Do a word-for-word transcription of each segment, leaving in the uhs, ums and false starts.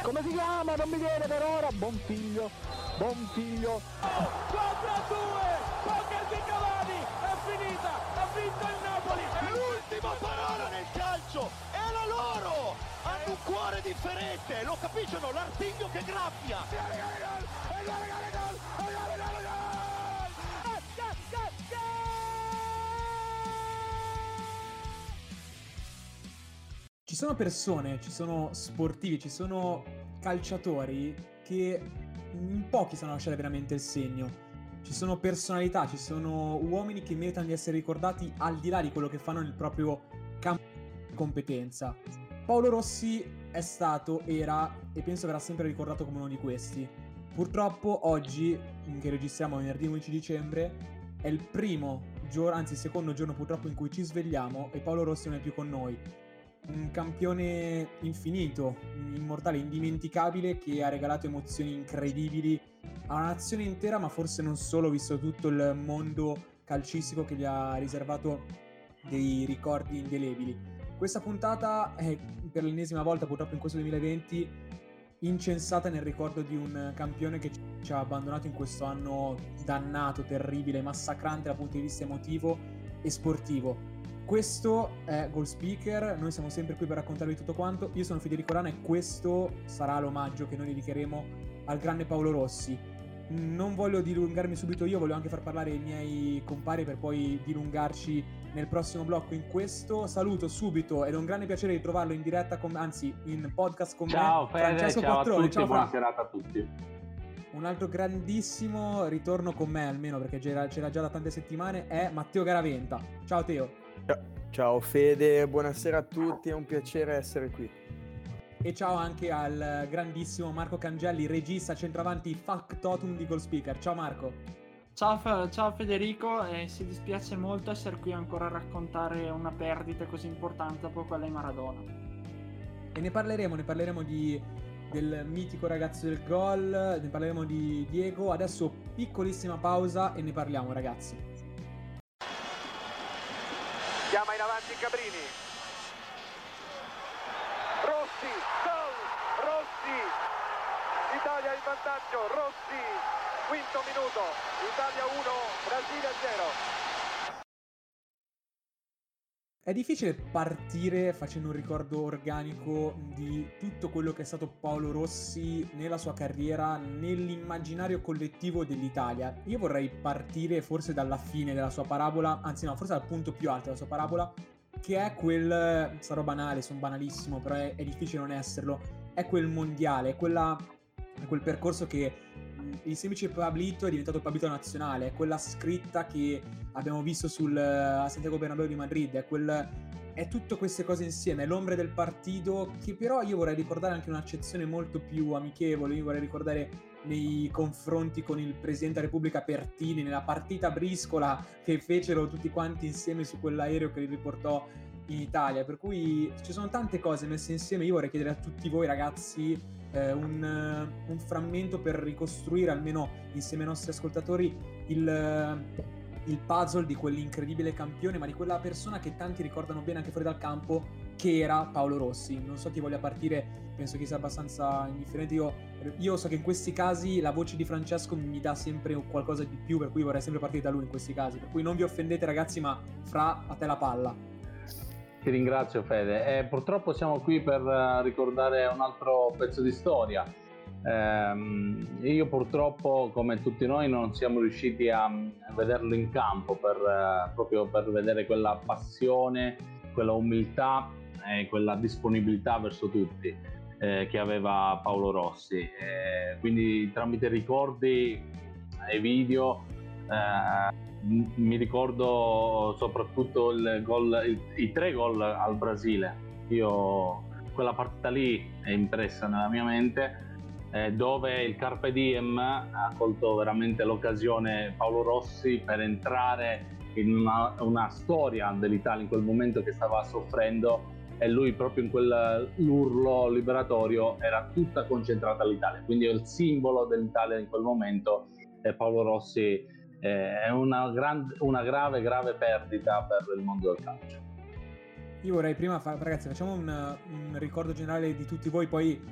come si chiama? Non mi viene per ora. Bonfiglio, Bonfiglio. quattro a due, poker di Cavani, è finita, ha vinto il Napoli. L'ultima parola nel calcio è la loro. Hanno un cuore differente, lo capiscono, l'artiglio che graffia. Ci sono persone, ci sono sportivi, ci sono calciatori che in pochi sanno lasciare veramente il segno. Ci sono personalità, ci sono uomini che meritano di essere ricordati al di là di quello che fanno nel proprio campo di competenza. Paolo Rossi è stato, era e penso verrà sempre ricordato come uno di questi. Purtroppo oggi, che registriamo venerdì undici dicembre, è il primo giorno, anzi il secondo giorno purtroppo in cui ci svegliamo e Paolo Rossi non è più con noi. Un campione infinito, immortale, indimenticabile, che ha regalato emozioni incredibili a una nazione intera, ma forse non solo, visto tutto il mondo calcistico che gli ha riservato dei ricordi indelebili. Questa puntata è per l'ennesima volta, purtroppo in questo duemilaventi, incensata nel ricordo di un campione che ci ha abbandonato in questo anno dannato, terribile, massacrante dal punto di vista emotivo e sportivo. Questo è Goal Speaker, noi siamo sempre qui per raccontarvi tutto quanto. Io sono Federico Rana e questo sarà l'omaggio che noi dedicheremo al grande Paolo Rossi. Non voglio dilungarmi subito io, voglio anche far parlare i miei compari per poi dilungarci nel prossimo blocco. In questo saluto subito, ed è un grande piacere di trovarlo in diretta, con, anzi in podcast con ciao, me, Fede, Francesco ciao Quattroni. a tutti, ciao, buona Fra. serata a tutti. Un altro grandissimo ritorno con me, almeno perché c'era, c'era già da tante settimane, è Matteo Garaventa. Ciao Teo. Ciao Fede, buonasera a tutti, è un piacere essere qui. E ciao anche al grandissimo Marco Cangelli, regista centravanti factotum di Goal Speaker. Ciao Marco. Ciao, ciao Federico, e si dispiace molto essere qui ancora a raccontare una perdita così importante dopo quella di Maradona. E ne parleremo, ne parleremo di, del mitico ragazzo del gol, ne parleremo di Diego. Adesso piccolissima pausa e ne parliamo, ragazzi. Chiama in avanti Cabrini. Rossi, gol! Rossi! L'Italia in vantaggio, Rossi! Quinto minuto, Italia uno, Brasile zero. È difficile partire facendo un ricordo organico di tutto quello che è stato Paolo Rossi nella sua carriera, nell'immaginario collettivo dell'Italia. Io vorrei partire forse dalla fine della sua parabola, anzi no, forse dal punto più alto della sua parabola, che è quel, sarò banale, sono banalissimo, però è, è difficile non esserlo, è quel mondiale, è, quella, è quel percorso che il semplice Pablito è diventato Pablito nazionale, è quella scritta che abbiamo visto sul a Santiago Bernabéu di Madrid, è, quel, è tutte queste cose insieme, è l'ombre del partito, che però io vorrei ricordare anche un'accezione molto più amichevole. Io vorrei ricordare nei confronti con il Presidente della Repubblica Pertini, nella partita briscola che fecero tutti quanti insieme su quell'aereo che li riportò in Italia, per cui ci sono tante cose messe insieme. Io vorrei chiedere a tutti voi ragazzi eh, un, un frammento per ricostruire, almeno insieme ai nostri ascoltatori, il, il puzzle di quell'incredibile campione, ma di quella persona che tanti ricordano bene anche fuori dal campo, che era Paolo Rossi. Non so chi voglia partire, penso che sia abbastanza indifferente. Io, io so che in questi casi la voce di Francesco mi dà sempre qualcosa di più, per cui vorrei sempre partire da lui in questi casi, per cui non vi offendete ragazzi, ma Fra, a te la palla. Ti ringrazio Fede, e purtroppo siamo qui per ricordare un altro pezzo di storia. Eh, io purtroppo, come tutti noi, non siamo riusciti a vederlo in campo per, eh, proprio per vedere quella passione, quella umiltà e quella disponibilità verso tutti eh, che aveva Paolo Rossi. Eh, quindi tramite ricordi e video eh, mi ricordo soprattutto il gol, i, i tre gol al Brasile. Io quella partita lì è impressa nella mia mente, eh, dove il Carpe Diem ha colto veramente l'occasione Paolo Rossi per entrare in una, una storia dell'Italia in quel momento che stava soffrendo, e lui proprio in quell'urlo liberatorio era tutta concentrata all'Italia, quindi è il simbolo dell'Italia in quel momento. E Paolo Rossi è una, gran, una grave grave perdita per il mondo del calcio. Io vorrei prima fare, ragazzi, facciamo un, un ricordo generale di tutti voi, poi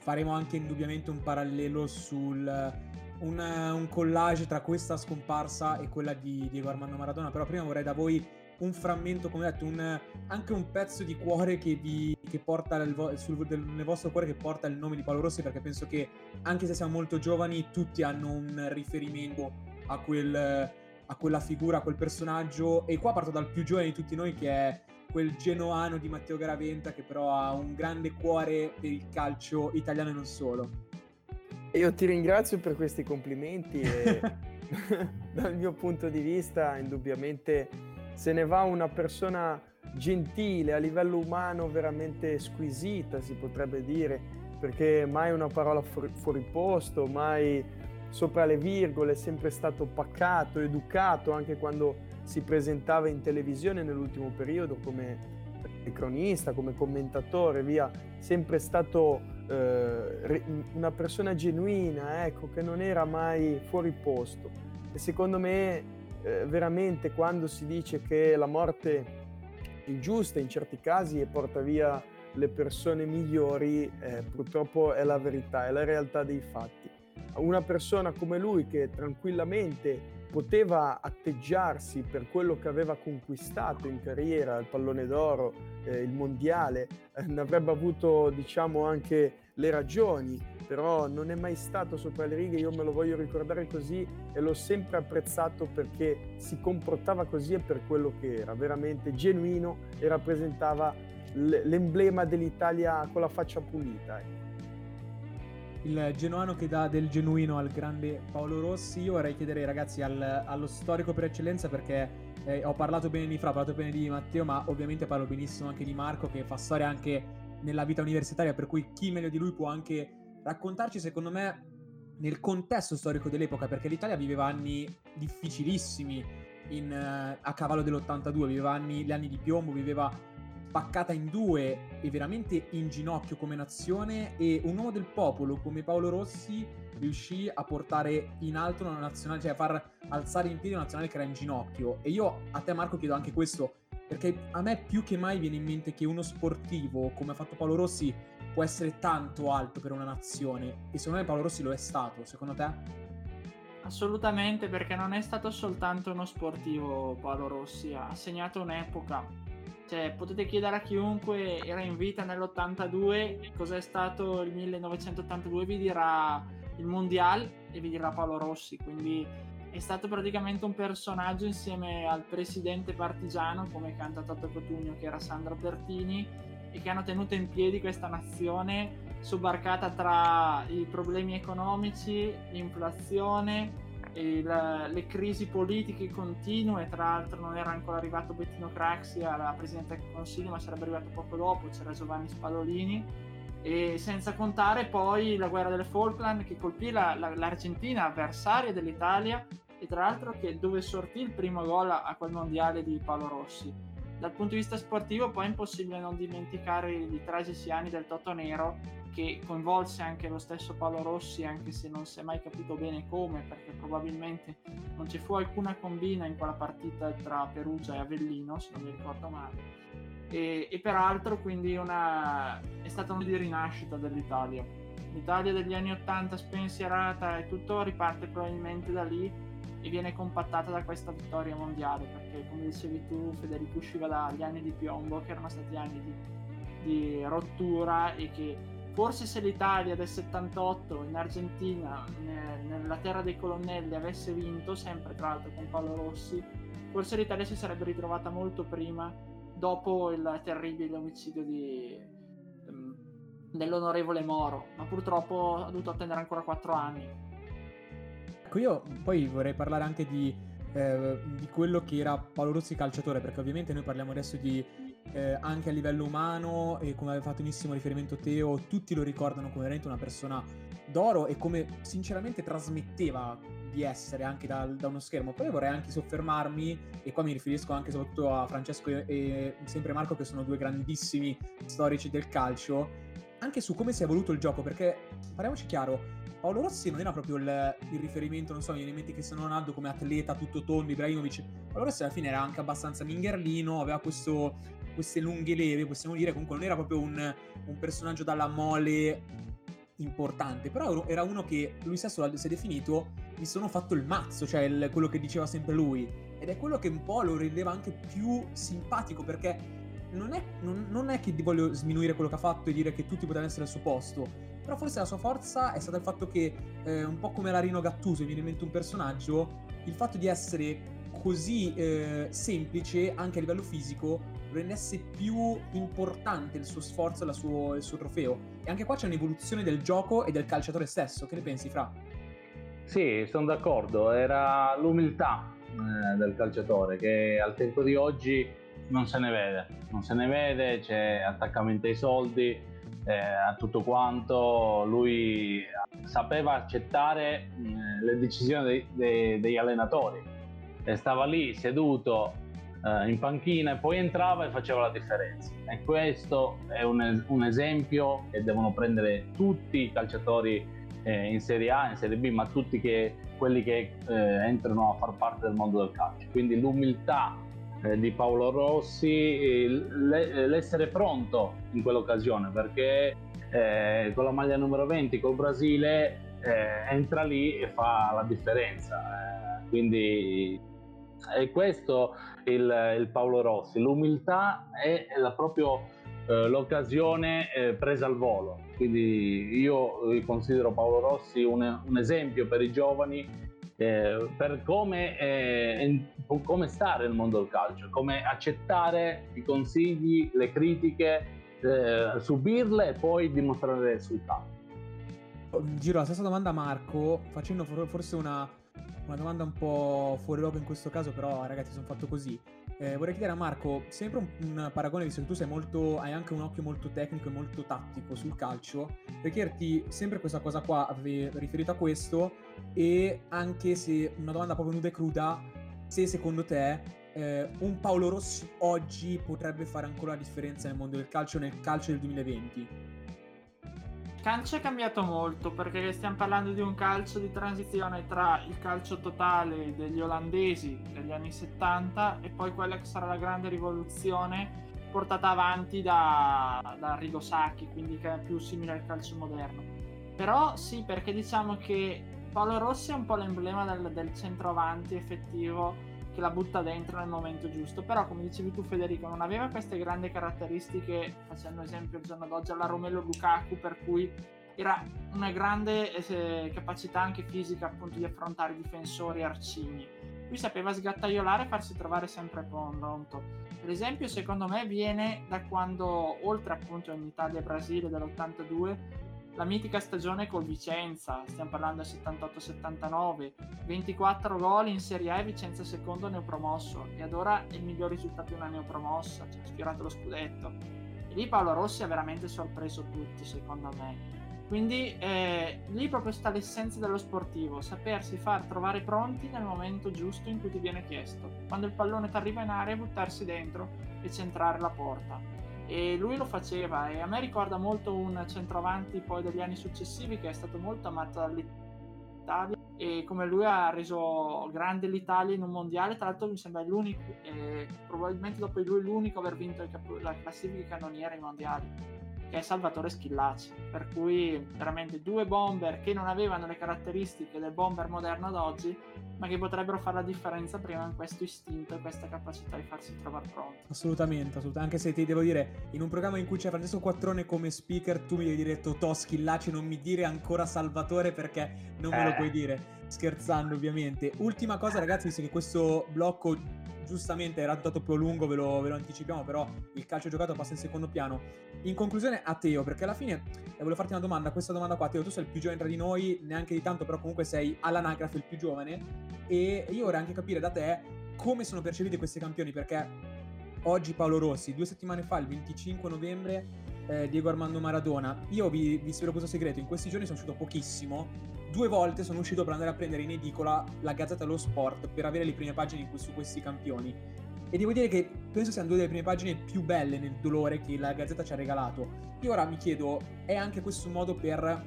faremo anche indubbiamente un parallelo sul un, un collage tra questa scomparsa e quella di Diego Armando Maradona. Però prima vorrei da voi un frammento, come detto, un, anche un pezzo di cuore che, vi, che porta il vo- sul, del, nel vostro cuore, che porta il nome di Paolo Rossi, perché penso che anche se siamo molto giovani tutti hanno un riferimento a quel, a quella figura, a quel personaggio. E qua parto dal più giovane di tutti noi, che è quel genoano di Matteo Garaventa, che però ha un grande cuore per il calcio italiano e non solo. Io ti ringrazio per questi complimenti e dal mio punto di vista indubbiamente se ne va una persona gentile, a livello umano veramente squisita, si potrebbe dire, perché mai una parola fuori, fuori posto, mai sopra le virgole, è sempre stato pacato, educato, anche quando si presentava in televisione nell'ultimo periodo come cronista, come commentatore, via, sempre stato eh, una persona genuina, ecco, che non era mai fuori posto. E secondo me eh, veramente quando si dice che la morte è ingiusta in certi casi e porta via le persone migliori, eh, purtroppo è la verità, è la realtà dei fatti. Una persona come lui che tranquillamente poteva atteggiarsi per quello che aveva conquistato in carriera, il pallone d'oro, eh, il mondiale, eh, ne avrebbe avuto diciamo anche le ragioni, però non è mai stato sopra le righe, io me lo voglio ricordare così e l'ho sempre apprezzato perché si comportava così e per quello che era, veramente genuino e rappresentava l'emblema dell'Italia con la faccia pulita. Eh. Il genuano che dà del genuino al grande Paolo Rossi. Io vorrei chiedere, ragazzi, al, allo storico per eccellenza, perché eh, ho parlato bene di Fra, ho parlato bene di Matteo, ma ovviamente parlo benissimo anche di Marco, che fa storia anche nella vita universitaria, per cui chi meglio di lui può anche raccontarci, secondo me, nel contesto storico dell'epoca, perché l'Italia viveva anni difficilissimi in, uh, a cavallo dell'ottantadue, viveva anni, gli anni di piombo, viveva spaccata in due e veramente in ginocchio come nazione, e un uomo del popolo come Paolo Rossi riuscì a portare in alto una nazionale, cioè a far alzare in piedi una nazionale che era in ginocchio. E io a te, Marco, chiedo anche questo, perché a me più che mai viene in mente che uno sportivo come ha fatto Paolo Rossi può essere tanto alto per una nazione, e secondo me Paolo Rossi lo è stato. Secondo te? Assolutamente, perché non è stato soltanto uno sportivo Paolo Rossi, ha segnato un'epoca. Cioè, potete chiedere a chiunque era in vita nell'ottantadue cos'è stato il millenovecentottantadue, vi dirà il mondiale e vi dirà Paolo Rossi. Quindi è stato praticamente un personaggio insieme al presidente partigiano, come canta Toto Cotugno, che era Sandro Pertini, e che hanno tenuto in piedi questa nazione sobbarcata tra i problemi economici, l'inflazione, e la, le crisi politiche continue. Tra l'altro non era ancora arrivato Bettino Craxi alla presidenza del Consiglio, ma sarebbe arrivato poco dopo, c'era Giovanni Spadolini, e senza contare poi la guerra delle Falkland che colpì la, la, l'Argentina, avversaria dell'Italia, e tra l'altro che dove sortì il primo gol a, a quel mondiale di Paolo Rossi. Dal punto di vista sportivo poi è impossibile non dimenticare i tragici anni del Totonero, che coinvolse anche lo stesso Paolo Rossi, anche se non si è mai capito bene come, perché probabilmente non ci fu alcuna combina in quella partita tra Perugia e Avellino, se non mi ricordo male. E, e peraltro quindi una, è stata una di rinascita dell'Italia. L'Italia degli anni ottanta spensierata e tutto riparte probabilmente da lì e viene compattata da questa vittoria mondiale, perché come dicevi tu, Federico, usciva dagli anni di piombo, che erano stati anni di, di rottura, e che forse se l'Italia del settantotto in Argentina, ne, nella terra dei colonnelli, avesse vinto, sempre tra l'altro con Paolo Rossi, forse l'Italia si sarebbe ritrovata molto prima, dopo il terribile omicidio di, um, dell'onorevole Moro, ma purtroppo ha dovuto attendere ancora quattro anni. Ecco, io poi vorrei parlare anche di, eh, di quello che era Paolo Rossi calciatore, perché ovviamente noi parliamo adesso di eh, anche a livello umano, e come aveva fatto benissimo riferimento Teo, tutti lo ricordano come veramente una persona d'oro e come sinceramente trasmetteva di essere anche da, da uno schermo. Poi vorrei anche soffermarmi, e qua mi riferisco anche soprattutto a Francesco e, e sempre Marco, che sono due grandissimi storici del calcio, anche su come si è evoluto il gioco, perché parliamoci chiaro, Paolo Rossi non era proprio il, il riferimento, non so, mi viene in mente Cristiano Ronaldo come atleta tutto tondo, Ibrahimovic. Paolo Rossi alla fine era anche abbastanza mingherlino, aveva questo, queste lunghe leve, possiamo dire, comunque non era proprio un, un personaggio dalla mole importante, però era uno che lui stesso si è definito mi sono fatto il mazzo, cioè il, quello che diceva sempre lui, ed è quello che un po' lo rendeva anche più simpatico, perché non è, non, non è che voglio sminuire quello che ha fatto e dire che tutti potevano essere al suo posto, però forse la sua forza è stata il fatto che eh, un po' come Larino Gattuso, mi viene in mente un personaggio, il fatto di essere così eh, semplice anche a livello fisico rendesse più importante il suo sforzo e la suo, il suo trofeo. E anche qua c'è un'evoluzione del gioco e del calciatore stesso. Che ne pensi, Fra? Sì, sono d'accordo, era l'umiltà eh, del calciatore che al tempo di oggi non se ne vede, non se ne vede, c'è attaccamento ai soldi, eh, a tutto quanto. Lui sapeva accettare eh, le decisioni dei, dei, degli allenatori, e stava lì seduto eh, in panchina e poi entrava e faceva la differenza, e questo è un, un esempio che devono prendere tutti i calciatori eh, in Serie A, in Serie B, ma tutti che, quelli che eh, entrano a far parte del mondo del calcio. Quindi l'umiltà eh, di Paolo Rossi, l'essere pronto in quell'occasione, perché eh, con la maglia numero venti col Brasile eh, entra lì e fa la differenza, eh, quindi è questo il, il Paolo Rossi, l'umiltà è, è la, proprio eh, l'occasione eh, presa al volo. Quindi io considero Paolo Rossi un, un esempio per i giovani eh, per come, eh, come stare nel mondo del calcio, come accettare i consigli, le critiche, eh, subirle e poi dimostrare il risultato. Giro la stessa domanda a Marco, facendo forse una, una domanda un po' fuori luogo in questo caso, però ragazzi sono fatto così. Eh, vorrei chiedere a Marco sempre un, un paragone, visto che tu sei molto, hai anche un occhio molto tecnico e molto tattico sul calcio, per chiederti sempre questa cosa qua, avevi riferito a questo, e anche se una domanda proprio nuda e cruda, se secondo te eh, un Paolo Rossi oggi potrebbe fare ancora la differenza nel mondo del calcio, nel calcio del duemilaventi? Il calcio è cambiato molto, perché stiamo parlando di un calcio di transizione tra il calcio totale degli olandesi degli anni settanta e poi quella che sarà la grande rivoluzione portata avanti da, da Arrigo Sacchi, quindi che è più simile al calcio moderno. Però sì, perché diciamo che Paolo Rossi è un po' l'emblema del, del centroavanti effettivo che la butta dentro nel momento giusto, però come dicevi tu Federico non aveva queste grandi caratteristiche, facendo esempio il giorno d'oggi alla Romelu Lukaku, per cui era una grande eh, capacità anche fisica appunto di affrontare i difensori arcigni. Lui sapeva sgattaiolare e farsi trovare sempre pronto. Per esempio secondo me viene da quando, oltre appunto in Italia e Brasile dell'ottantadue, la mitica stagione col Vicenza, stiamo parlando del settantotto settantanove, ventiquattro gol in Serie A e Vicenza secondo neopromosso, e ad ora è il miglior risultato di una neopromossa, cioè ha sfiorato lo scudetto. E lì Paolo Rossi ha veramente sorpreso tutti secondo me. Quindi eh, lì proprio sta l'essenza dello sportivo, sapersi far trovare pronti nel momento giusto in cui ti viene chiesto. Quando il pallone ti arriva in area, buttarsi dentro e centrare la porta. E lui lo faceva, e a me ricorda molto un centroavanti poi degli anni successivi che è stato molto amato dall'Italia, e come lui ha reso grande l'Italia in un mondiale. Tra l'altro mi sembra l'unico, eh, probabilmente dopo di lui l'unico a aver vinto la classifica cannoniere ai mondiali, che è Salvatore Schillaci. Per cui veramente due bomber che non avevano le caratteristiche del bomber moderno ad oggi, ma che potrebbero fare la differenza prima in questo istinto e questa capacità di farsi trovare pronti. Assolutamente, assolutamente. Anche se ti devo dire, in un programma in cui c'è Francesco Quattrone come speaker, tu mi devi dire Totò Schillaci, non mi dire ancora Salvatore, perché non me lo eh. puoi dire. Scherzando ovviamente. Ultima cosa ragazzi, visto che questo blocco giustamente era andato più a lungo, ve lo, ve lo anticipiamo, però il calcio giocato passa in secondo piano. In conclusione a Teo, perché alla fine eh, volevo farti una domanda, questa domanda qua. Teo, tu sei il più giovane tra di noi, neanche di tanto, però comunque sei all'anagrafe il più giovane, e io vorrei anche capire da te come sono percepiti questi campioni, perché oggi Paolo Rossi, due settimane fa, il venticinque novembre, eh, Diego Armando Maradona. Io vi, vi svelo questo segreto, in questi giorni sono uscito pochissimo, due volte sono uscito per andare a prendere in edicola la Gazzetta dello Sport per avere le prime pagine su questi campioni, e devo dire che penso siano due delle prime pagine più belle nel dolore che la Gazzetta ci ha regalato. Io ora mi chiedo, è anche questo un modo per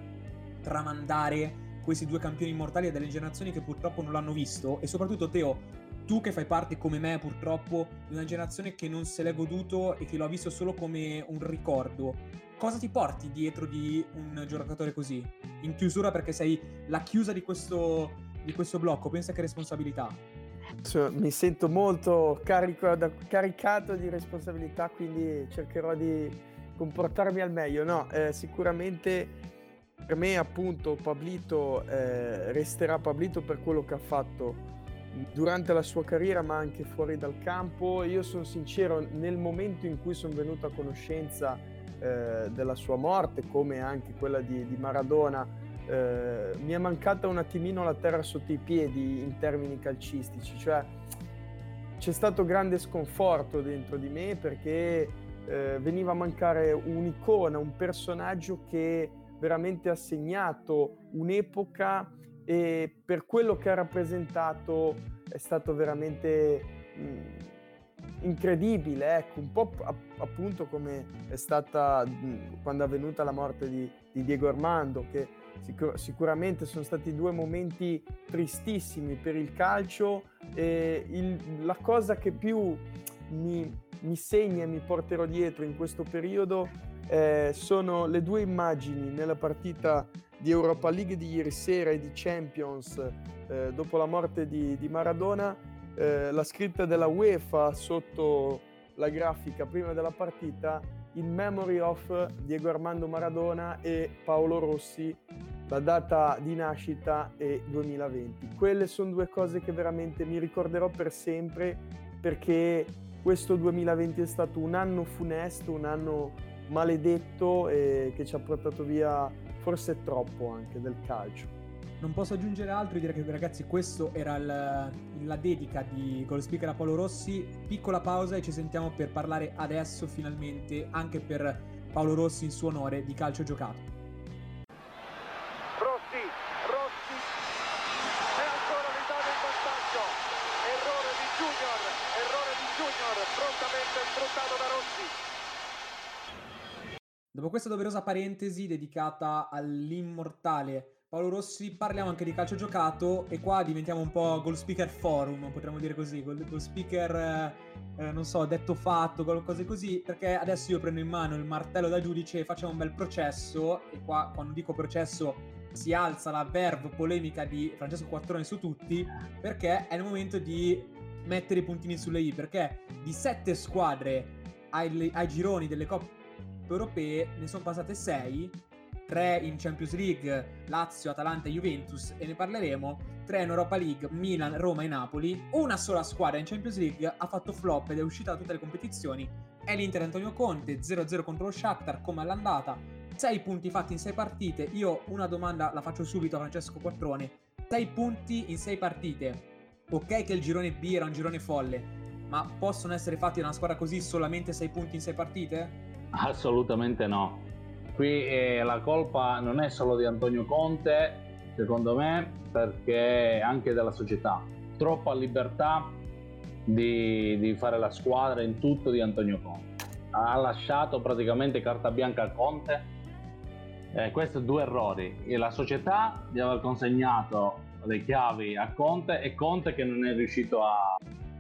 tramandare questi due campioni immortali a delle generazioni che purtroppo non l'hanno visto? E soprattutto Teo, tu che fai parte come me purtroppo di una generazione che non se l'è goduto e che lo ha visto solo come un ricordo, cosa ti porti dietro di un giocatore così? In chiusura, perché sei la chiusa di questo, di questo blocco, pensa che responsabilità. Mi sento molto carico, da, caricato di responsabilità, quindi cercherò di comportarmi al meglio. No, eh, sicuramente per me appunto Pablito eh, resterà Pablito per quello che ha fatto durante la sua carriera, ma anche fuori dal campo. Io sono sincero, nel momento in cui sono venuto a conoscenza eh, della sua morte, come anche quella di, di Maradona, eh, mi è mancata un attimino la terra sotto i piedi in termini calcistici, cioè c'è stato grande sconforto dentro di me, perché eh, veniva a mancare un'icona, un personaggio che veramente ha segnato un'epoca, e per quello che ha rappresentato è stato veramente mh, incredibile, ecco, un po' app- appunto come è stata mh, quando è avvenuta la morte di, di Diego Armando, che sicur- sicuramente sono stati due momenti tristissimi per il calcio, e il, la cosa che più mi, mi segna e mi porterò dietro in questo periodo eh, sono le due immagini nella partita di Europa League di ieri sera e di Champions eh, dopo la morte di, di Maradona, eh, la scritta della UEFA sotto la grafica prima della partita, in memory of Diego Armando Maradona e Paolo Rossi, la data di nascita è duemilaventi. Quelle sono due cose che veramente mi ricorderò per sempre, perché questo duemilaventi è stato un anno funesto, un anno maledetto, e che ci ha portato via forse troppo anche del calcio. Non posso aggiungere altro e dire che, ragazzi, questo era il, la dedica di Goal Speaker a Paolo Rossi. Piccola pausa e ci sentiamo per parlare adesso finalmente anche per Paolo Rossi in suo onore di calcio giocato. Rossi, Rossi, e ancora l'Italia in vantaggio. Errore di Junior, errore di Junior, prontamente sfruttato da Rossi. Dopo questa doverosa parentesi dedicata all'immortale Paolo Rossi, parliamo anche di calcio giocato, e qua diventiamo un po' Goal Speaker Forum, potremmo dire così, Goal, goal Speaker, eh, non so, detto fatto, cose così, perché adesso io prendo in mano il martello da giudice e facciamo un bel processo, e qua quando dico processo si alza la verve polemica di Francesco Quattrone su tutti, perché è il momento di mettere i puntini sulle i, perché di sette squadre ai, ai gironi delle coppe europee ne sono passate sei, tre in Champions League, Lazio, Atalanta e Juventus, e ne parleremo, tre in Europa League, Milan, Roma e Napoli. Una sola squadra in Champions League ha fatto flop ed è uscita da tutte le competizioni, è l'Inter Antonio Conte, zero a zero contro lo Shakhtar come all'andata, sei punti fatti in sei partite. Io una domanda la faccio subito a Francesco Quattrone: sei punti in sei partite, ok che il girone B era un girone folle, ma possono essere fatti da una squadra così solamente sei punti in sei partite? Assolutamente no. Qui eh, la colpa non è solo di Antonio Conte, secondo me, perché anche della società. Troppa libertà di, di fare la squadra in tutto di Antonio Conte. Ha lasciato praticamente carta bianca a Conte. Eh, questi due errori. E la società di aver consegnato le chiavi a Conte, e Conte che non è riuscito a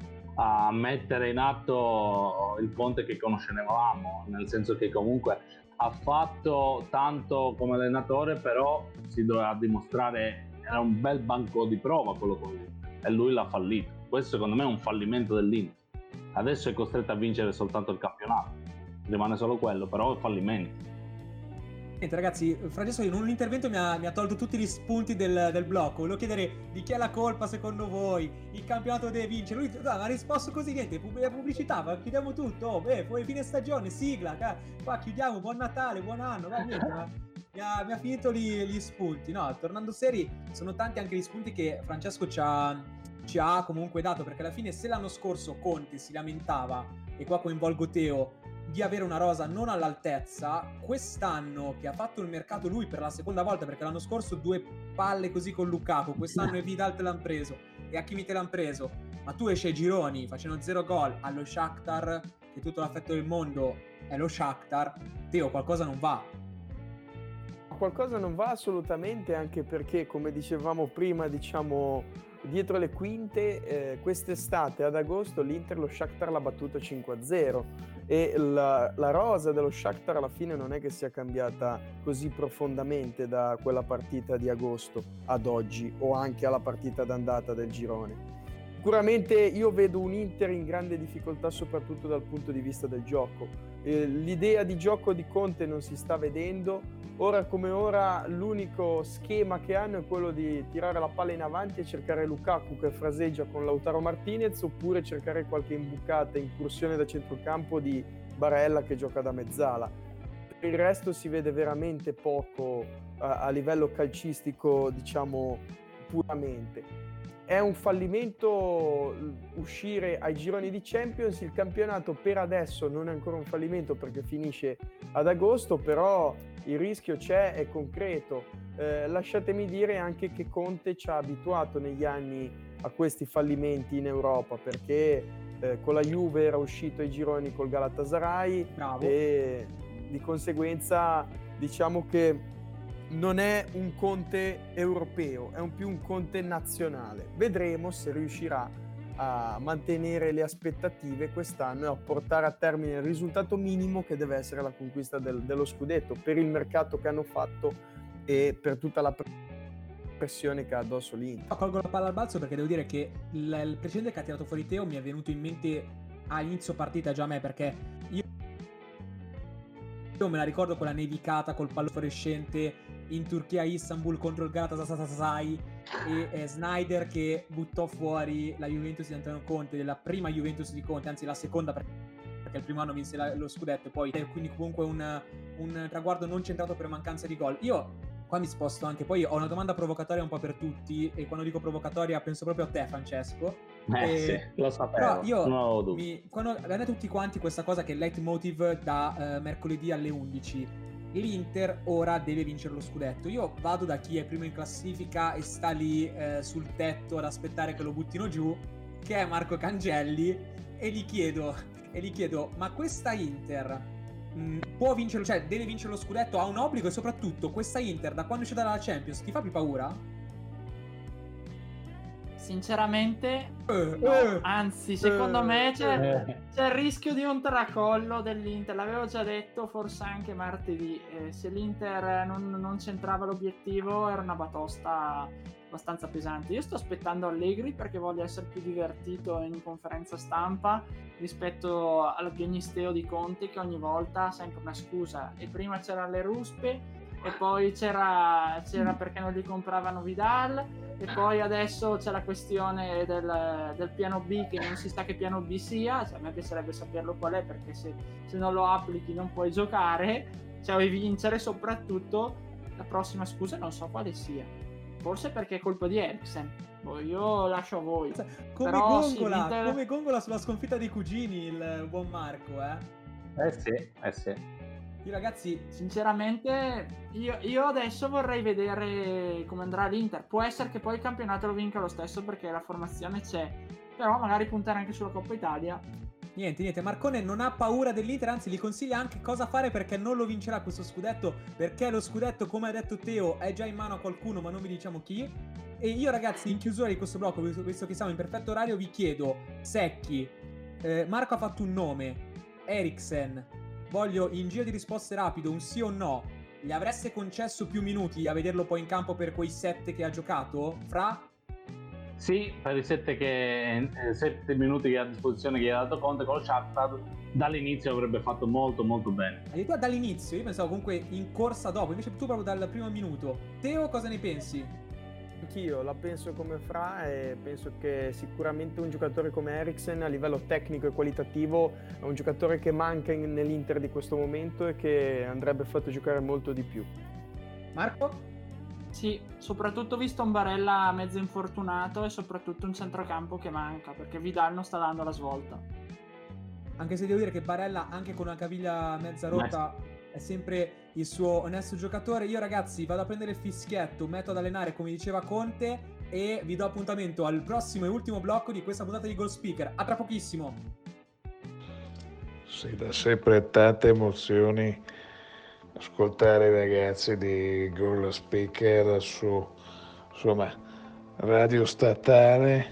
a mettere in atto il Conte che conoscevamo, nel senso che comunque ha fatto tanto come allenatore, però si doveva dimostrare, era un bel banco di prova quello con lui, e lui l'ha fallito. Questo secondo me è un fallimento dell'Inter. Adesso è costretto a vincere soltanto il campionato, rimane solo quello, però è un fallimento. Niente ragazzi, Francesco in un intervento mi ha, mi ha tolto tutti gli spunti del, del blocco. Volevo chiedere di chi è la colpa secondo voi, il campionato deve vincere. Lui no, ha risposto così, niente, pubblicità, ma chiudiamo tutto, oh, beh, poi fine stagione, sigla, qua chiudiamo, buon Natale, buon anno, va niente, ma mi ha, mi ha finito gli, gli spunti. No, tornando seri, sono tanti anche gli spunti che Francesco ci ha, ci ha comunque dato, perché alla fine se l'anno scorso Conte si lamentava, e qua coinvolgo Teo, di avere una rosa non all'altezza, quest'anno che ha fatto il mercato lui per la seconda volta, perché l'anno scorso due palle così con Lukaku, quest'anno e Vidal te l'hanno preso e Hakimi te l'hanno preso, ma tu esci ai gironi facendo zero gol allo Shakhtar, che tutto l'affetto del mondo è lo Shakhtar. Teo, qualcosa non va. Qualcosa non va assolutamente, anche perché come dicevamo prima, diciamo dietro le quinte, eh, quest'estate ad agosto l'Inter lo Shakhtar l'ha battuto cinque a zero e la, la rosa dello Shakhtar alla fine non è che sia cambiata così profondamente da quella partita di agosto ad oggi o anche alla partita d'andata del girone. Sicuramente io vedo un Inter in grande difficoltà soprattutto dal punto di vista del gioco. Eh, l'idea di gioco di Conte non si sta vedendo. Ora come ora l'unico schema che hanno è quello di tirare la palla in avanti e cercare Lukaku che fraseggia con Lautaro Martinez, oppure cercare qualche imbucata, incursione da centrocampo di Barella che gioca da mezzala. Per il resto si vede veramente poco a, a livello calcistico, diciamo, puramente. È un fallimento uscire ai gironi di Champions. Il campionato per adesso non è ancora un fallimento perché finisce ad agosto, però il rischio c'è, è concreto. Eh, lasciatemi dire anche che Conte ci ha abituato negli anni a questi fallimenti in Europa, perché eh, con la Juve era uscito ai gironi col Galatasaray. Bravo. E di conseguenza diciamo che non è un Conte europeo, è un più un Conte nazionale. Vedremo se riuscirà a mantenere le aspettative quest'anno e a portare a termine il risultato minimo che deve essere la conquista del, dello scudetto, per il mercato che hanno fatto e per tutta la pressione che ha addosso l'Inter. Colgo la palla al balzo perché devo dire che il, il precedente che ha tirato fuori Teo mi è venuto in mente a inizio partita già a me, perché io Io me la ricordo quella nevicata col pallone fluorescente in Turchia, Istanbul contro il Galatasaray e eh, Snyder che buttò fuori la Juventus di Antonio Conte, della prima Juventus di Conte, anzi la seconda perché il primo anno vinse la, lo scudetto e poi eh, quindi comunque un, un traguardo non centrato per mancanza di gol. Io qua mi sposto anche, poi ho una domanda provocatoria un po' per tutti e quando dico provocatoria penso proprio a te Francesco. Eh e, sì, lo sapevo, però io no, mi, quando avete tutti quanti questa cosa che è il leitmotiv da uh, mercoledì alle undici, l'Inter ora deve vincere lo scudetto. Io vado da chi è primo in classifica e sta lì eh, sul tetto ad aspettare che lo buttino giù, che è Marco Cangelli, e gli chiedo e gli chiedo ma questa Inter mh, può vincere, cioè deve vincere lo scudetto, ha un obbligo, e soprattutto questa Inter da quando esce dalla Champions ti fa più paura? Sinceramente Eh, no, eh, anzi secondo eh, me c'è, Eh. c'è il rischio di un tracollo dell'Inter, l'avevo già detto forse anche martedì, eh, se l'Inter non, non centrava l'obiettivo era una batosta abbastanza pesante. Io sto aspettando Allegri perché voglio essere più divertito in conferenza stampa rispetto al piagnisteo di Conte che ogni volta ha sempre una scusa, e prima c'erano le ruspe e poi c'era, c'era perché non gli compravano Vidal, e poi adesso c'è la questione del, del piano B che non si sa che piano B sia, cioè, a me piacerebbe saperlo qual è, perché se, se non lo applichi non puoi giocare, cioè vuoi vincere. Soprattutto la prossima scusa non so quale sia, forse perché è colpa di Eriksen, poi io lascio a voi. come Però gongola, sì, l'Inter- come gongola sulla sconfitta dei cugini il buon Marco, eh. Eh sì, eh sì. Io ragazzi, Sinceramente io, io adesso vorrei vedere come andrà l'Inter. Può essere che poi il campionato lo vinca lo stesso perché la formazione c'è, però magari puntare anche sulla Coppa Italia. niente, niente, Marcone non ha paura dell'Inter, anzi gli consiglia anche cosa fare perché non lo vincerà questo scudetto, perché lo scudetto, come ha detto Teo, è già in mano a qualcuno, ma non vi diciamo chi. E io ragazzi, in chiusura di questo blocco, visto, visto che siamo in perfetto orario, vi chiedo, Secchi, eh, Marco ha fatto un nome, Eriksen, voglio in giro di risposte rapido un sì o no. Gli avreste concesso più minuti a vederlo poi in campo per quei sette che ha giocato? Fra? Sì, per i sette, che, eh, sette minuti che ha a disposizione che gli ha dato Conte con lo Shakhtar, dall'inizio avrebbe fatto molto molto bene. Addirittura dall'inizio, io pensavo comunque in corsa dopo, invece tu proprio dal primo minuto. Teo, cosa ne pensi? Anch'io la penso come Fra e penso che sicuramente un giocatore come Eriksen a livello tecnico e qualitativo è un giocatore che manca in- nell'Inter di questo momento e che andrebbe fatto giocare molto di più. Marco? Sì, soprattutto visto un Barella mezzo infortunato e soprattutto un centrocampo che manca, perché Vidal non sta dando la svolta. Anche se devo dire che Barella, anche con una caviglia mezza rotta, è sempre il suo onesto giocatore. Io ragazzi vado a prendere il fischietto, metto ad allenare come diceva Conte e vi do appuntamento al prossimo e ultimo blocco di questa puntata di Goal Speaker. A tra pochissimo. Sì, dà sempre tante emozioni ascoltare i ragazzi di Goal Speaker su, insomma, radio statale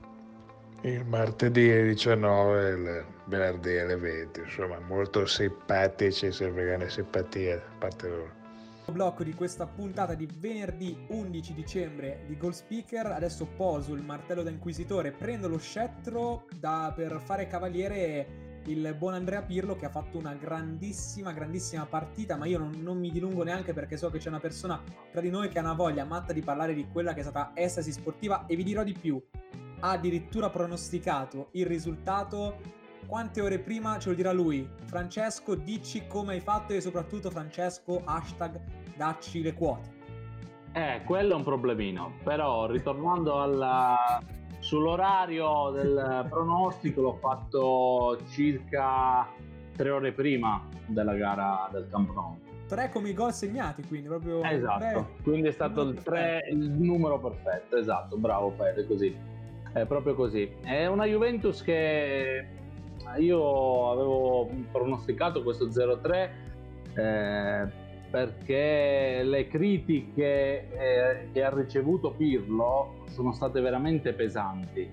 il martedì alle diciannove e il venerdì alle venti. Insomma, molto simpatici, sempre grande simpatia da parte loro. Blocco di questa puntata di venerdì undici dicembre di Goal Speaker. Adesso poso il martello da inquisitore, prendo lo scettro da, per fare cavaliere il buon Andrea Pirlo, che ha fatto una grandissima grandissima partita, ma io non, non mi dilungo neanche, perché so che c'è una persona tra di noi che ha una voglia matta di parlare di quella che è stata estasi sportiva, e vi dirò di più, ha addirittura pronosticato il risultato quante ore prima, ce lo dirà lui. Francesco, dici come hai fatto, e soprattutto Francesco, hashtag dacci le quote. Eh, quello è un problemino, però ritornando alla... sull'orario del pronostico, l'ho fatto circa tre ore prima della gara del Camp Nou. Tre come i gol segnati, quindi proprio... Esatto, tre... quindi è stato il, tre, il numero perfetto, esatto, bravo Fede, così. È proprio così. È una Juventus che io avevo pronosticato questo zero tre eh, perché le critiche eh, che ha ricevuto Pirlo sono state veramente pesanti.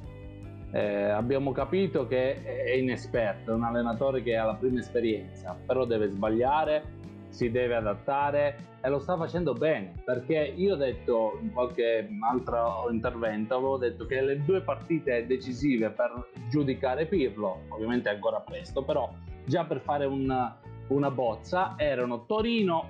Eh, abbiamo capito che è inesperto, è un allenatore che ha la prima esperienza, però deve sbagliare, si deve adattare, e lo sta facendo bene, perché io ho detto in qualche altro intervento, avevo detto che le due partite decisive per giudicare Pirlo, ovviamente è ancora presto, però già per fare un, una bozza, erano Torino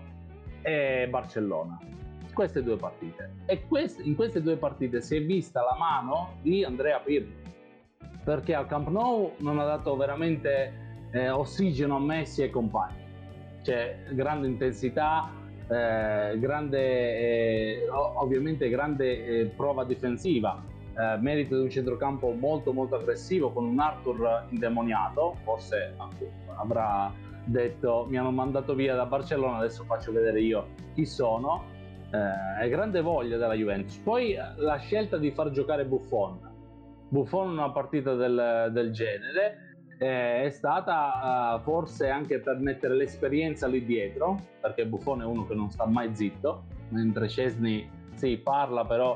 e Barcellona, queste due partite, e quest, in queste due partite si è vista la mano di Andrea Pirlo, perché al Camp Nou non ha dato veramente eh, ossigeno a Messi e compagni. C'è grande intensità, eh, grande eh, ovviamente grande eh, prova difensiva, eh, merito di un centrocampo molto molto aggressivo, con un Arthur indemoniato. Forse avrà detto: mi hanno mandato via da Barcellona, adesso faccio vedere io chi sono. Eh, è grande voglia della Juventus. Poi la scelta di far giocare Buffon Buffon in una partita del, del genere è stata uh, forse anche per mettere l'esperienza lì dietro, perché Buffon è uno che non sta mai zitto, mentre Szczesny sì, parla, però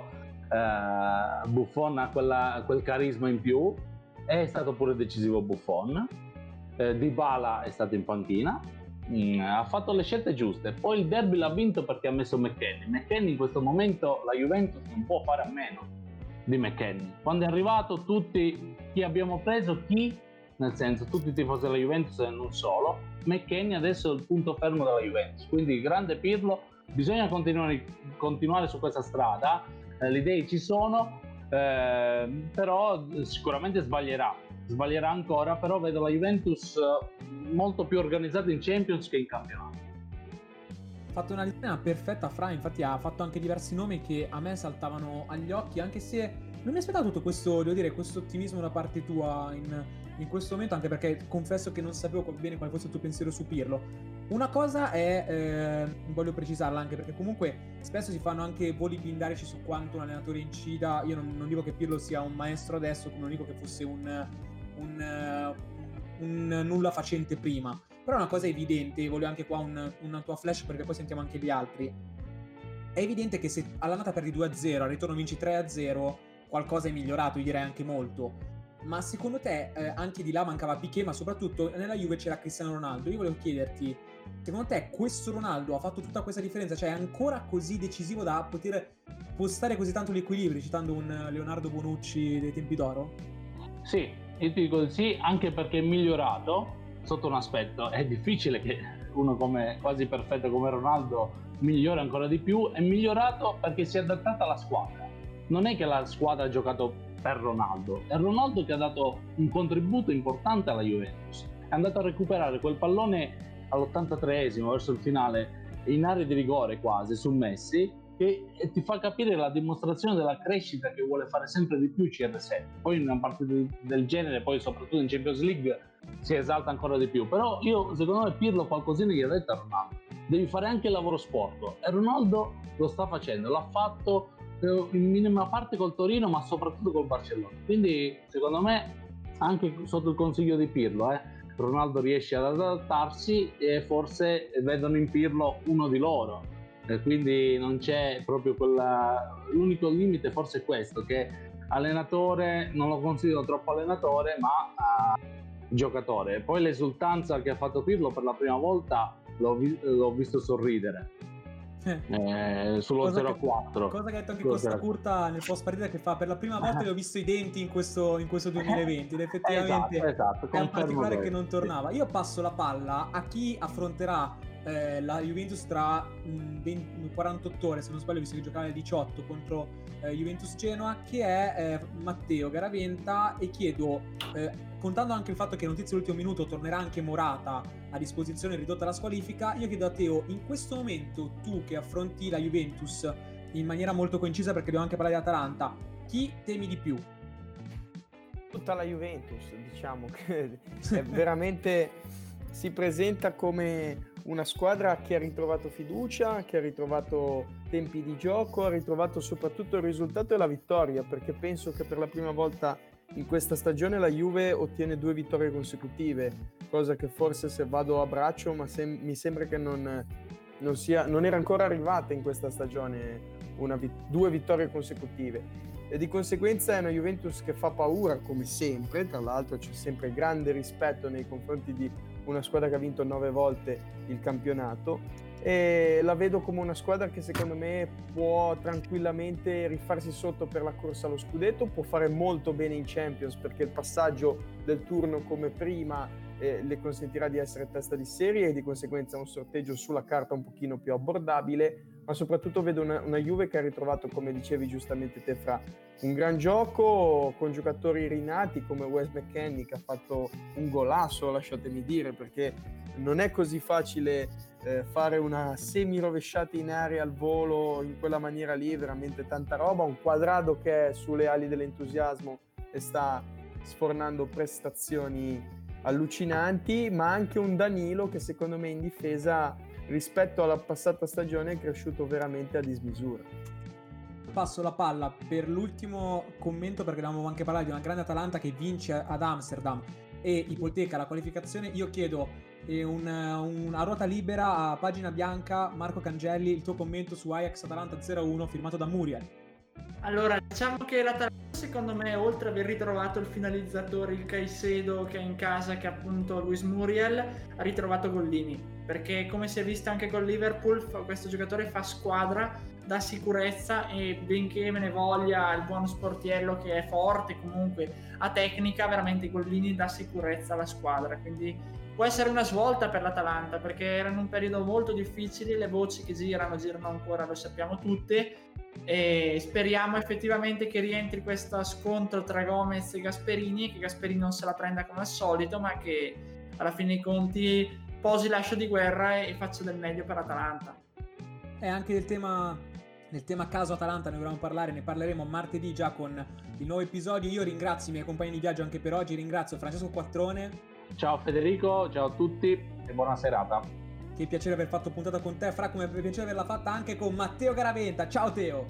uh, Buffon ha quella, quel carisma in più. È stato pure decisivo Buffon. eh, Dybala è stato in panchina, mm, ha fatto le scelte giuste. Poi il derby l'ha vinto perché ha messo McKennie. McKennie in questo momento la Juventus non può fare a meno di McKennie. Quando è arrivato, tutti, chi abbiamo preso, chi nel senso tutti i tifosi della Juventus e non solo, McKennie adesso è il punto fermo della Juventus, quindi grande Pirlo. Bisogna continuare, continuare su questa strada, eh, le idee ci sono, eh, però sicuramente sbaglierà sbaglierà ancora, però vedo la Juventus molto più organizzata in Champions che in campionato. Ha fatto una lista perfetta Fra, infatti ha fatto anche diversi nomi che a me saltavano agli occhi, anche se non mi aspettavo tutto questo, devo dire, questo ottimismo da parte tua in, in questo momento, anche perché confesso che non sapevo bene quale fosse il tuo pensiero su Pirlo. Una cosa è, eh, voglio precisarla anche perché comunque spesso si fanno anche voli pindarici su quanto un allenatore incida. Io non, non dico che Pirlo sia un maestro adesso, come non dico che fosse un, un, un nulla facente prima, però una cosa è evidente, voglio anche qua un, una tua flash perché poi sentiamo anche gli altri. È evidente che se all'andata perdi due a zero, al ritorno vinci tre a zero, qualcosa è migliorato, io direi anche molto. Ma secondo te eh, anche di là mancava Piqué, ma soprattutto nella Juve c'era Cristiano Ronaldo. Io volevo chiederti, secondo te questo Ronaldo ha fatto tutta questa differenza? Cioè è ancora così decisivo da poter postare così tanto l'equilibrio, citando un Leonardo Bonucci dei tempi d'oro? Sì, io ti dico sì, anche perché è migliorato sotto un aspetto. È difficile che uno come quasi perfetto come Ronaldo migliori ancora di più. È migliorato perché si è adattata alla squadra. Non è che la squadra ha giocato per Ronaldo, è Ronaldo che ha dato un contributo importante alla Juventus. È andato a recuperare quel pallone all'ottantatreesimo verso il finale in area di rigore quasi su Messi, che ti fa capire la dimostrazione della crescita che vuole fare sempre di più C R sette. Poi in una partita del genere, poi soprattutto in Champions League, si esalta ancora di più. Però io, secondo me, Pirlo qualcosina gli ha detto a Ronaldo: devi fare anche il lavoro sporco, e Ronaldo lo sta facendo, l'ha fatto in minima parte col Torino, ma soprattutto col Barcellona. Quindi secondo me anche sotto il consiglio di Pirlo eh, Ronaldo riesce ad adattarsi, e forse vedono in Pirlo uno di loro. e quindi non c'è proprio quella, l'unico limite forse è questo, che allenatore non lo considero troppo allenatore ma uh, giocatore. Poi l'esultanza che ha fatto Pirlo per la prima volta l'ho, vi- l'ho visto sorridere eh, sullo zero a quattro, cosa che ha detto anche Costa Curta nel post partita, che fa per la prima volta gli ho visto i denti in questo, in questo duemilaventi ed effettivamente esatto, esatto, è un particolare che non tornava. Io passo la palla a chi affronterà eh, la Juventus tra mh, venti, quarantotto ore, se non sbaglio, visto che giocava il diciotto contro eh, Juventus Genoa, che è eh, Matteo Garaventa, e chiedo, eh, contando anche il fatto che notizie dell'ultimo minuto tornerà anche Morata a disposizione ridotta la squalifica, io chiedo a Teo, in questo momento tu che affronti la Juventus in maniera molto concisa, perché devo anche parlare di Atalanta, chi temi di più? Tutta la Juventus, diciamo che è veramente si presenta come una squadra che ha ritrovato fiducia, che ha ritrovato tempi di gioco, ha ritrovato soprattutto il risultato e la vittoria, perché penso che per la prima volta in questa stagione la Juve ottiene due vittorie consecutive, cosa che forse, se vado a braccio, ma sem- mi sembra che non, non, sia, non era ancora arrivata in questa stagione una vi- due vittorie consecutive. E di conseguenza è una Juventus che fa paura come sempre, tra l'altro c'è sempre grande rispetto nei confronti di una squadra che ha vinto nove volte il campionato, e la vedo come una squadra che secondo me può tranquillamente rifarsi sotto per la corsa allo scudetto, può fare molto bene in Champions perché il passaggio del turno come prima eh, le consentirà di essere testa di serie e di conseguenza un sorteggio sulla carta un pochino più abbordabile, ma soprattutto vedo una, una Juve che ha ritrovato, come dicevi giustamente te Fra, un gran gioco con giocatori rinati come Wes McKennie, che ha fatto un golasso, lasciatemi dire, perché non è così facile eh, fare una semi rovesciata in aria al volo in quella maniera lì, veramente tanta roba, un Quadrado che è sulle ali dell'entusiasmo e sta sfornando prestazioni allucinanti, ma anche un Danilo che secondo me in difesa rispetto alla passata stagione è cresciuto veramente a dismisura. Passo la palla per l'ultimo commento, perché dobbiamo anche parlare di una grande Atalanta che vince ad Amsterdam e ipoteca la qualificazione. Io chiedo eh, un, una ruota libera a pagina bianca, Marco Cangelli, il tuo commento su Ajax Atalanta zero a uno firmato da Muriel. Allora, diciamo che l'Atalanta secondo me, oltre ad aver ritrovato il finalizzatore, il Caicedo che è in casa, che è appunto Luis Muriel, ha ritrovato Gollini, perché come si è visto anche con Liverpool, questo giocatore fa squadra, dà sicurezza, e benché me ne voglia il buon Sportiello che è forte, comunque ha tecnica, veramente Gollini dà sicurezza alla squadra, quindi può essere una svolta per l'Atalanta, perché era in un periodo molto difficile, le voci che girano girano ancora, lo sappiamo tutte, e speriamo effettivamente che rientri questo scontro tra Gomez e Gasperini, che Gasperini non se la prenda come al solito, ma che alla fine dei conti posi l'ascia di guerra e faccia del meglio per l'Atalanta. E anche del tema, del tema caso Atalanta ne dovremo parlare, ne parleremo martedì già con il nuovo episodio. Io ringrazio i miei compagni di viaggio anche per oggi, ringrazio Francesco Quattrone. Ciao Federico, ciao a tutti e buona serata. Che piacere aver fatto puntata con te, Fra, come piacere averla fatta anche con Matteo Garaventa. Ciao Teo!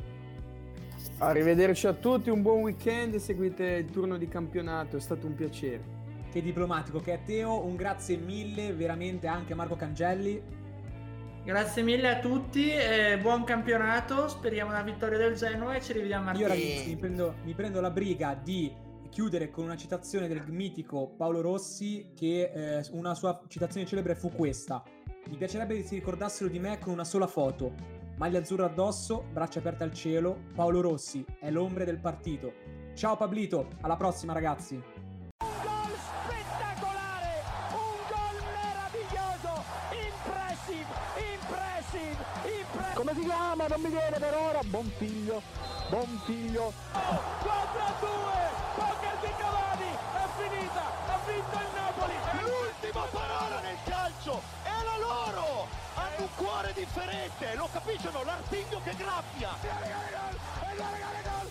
Arrivederci a tutti, un buon weekend e seguite il turno di campionato, è stato un piacere. Che diplomatico che è Teo, un grazie mille veramente anche a Marco Cangelli. Grazie mille a tutti, eh, buon campionato, speriamo una vittoria del Genoa e ci rivediamo martedì. Io ragazzi mi prendo, mi prendo la briga di chiudere con una citazione del mitico Paolo Rossi, che eh, una sua citazione celebre fu questa: mi piacerebbe che si ricordassero di me con una sola foto, maglia azzurra addosso, braccia aperte al cielo, Paolo Rossi è l'ombre del partito. Ciao Pablito, alla prossima ragazzi. Un gol spettacolare, un gol meraviglioso, impressive, impressive, impressive. Come si chiama? Non mi viene per ora. Buon figlio, buon figlio. quattro a due, poker di Cavani, è finita, ha vinto il Napoli. L'ultima parola nel calcio è la loro! Hanno un cuore differente, lo capiscono? L'artiglio che graffia! E gol, e gol, e gol, e gol.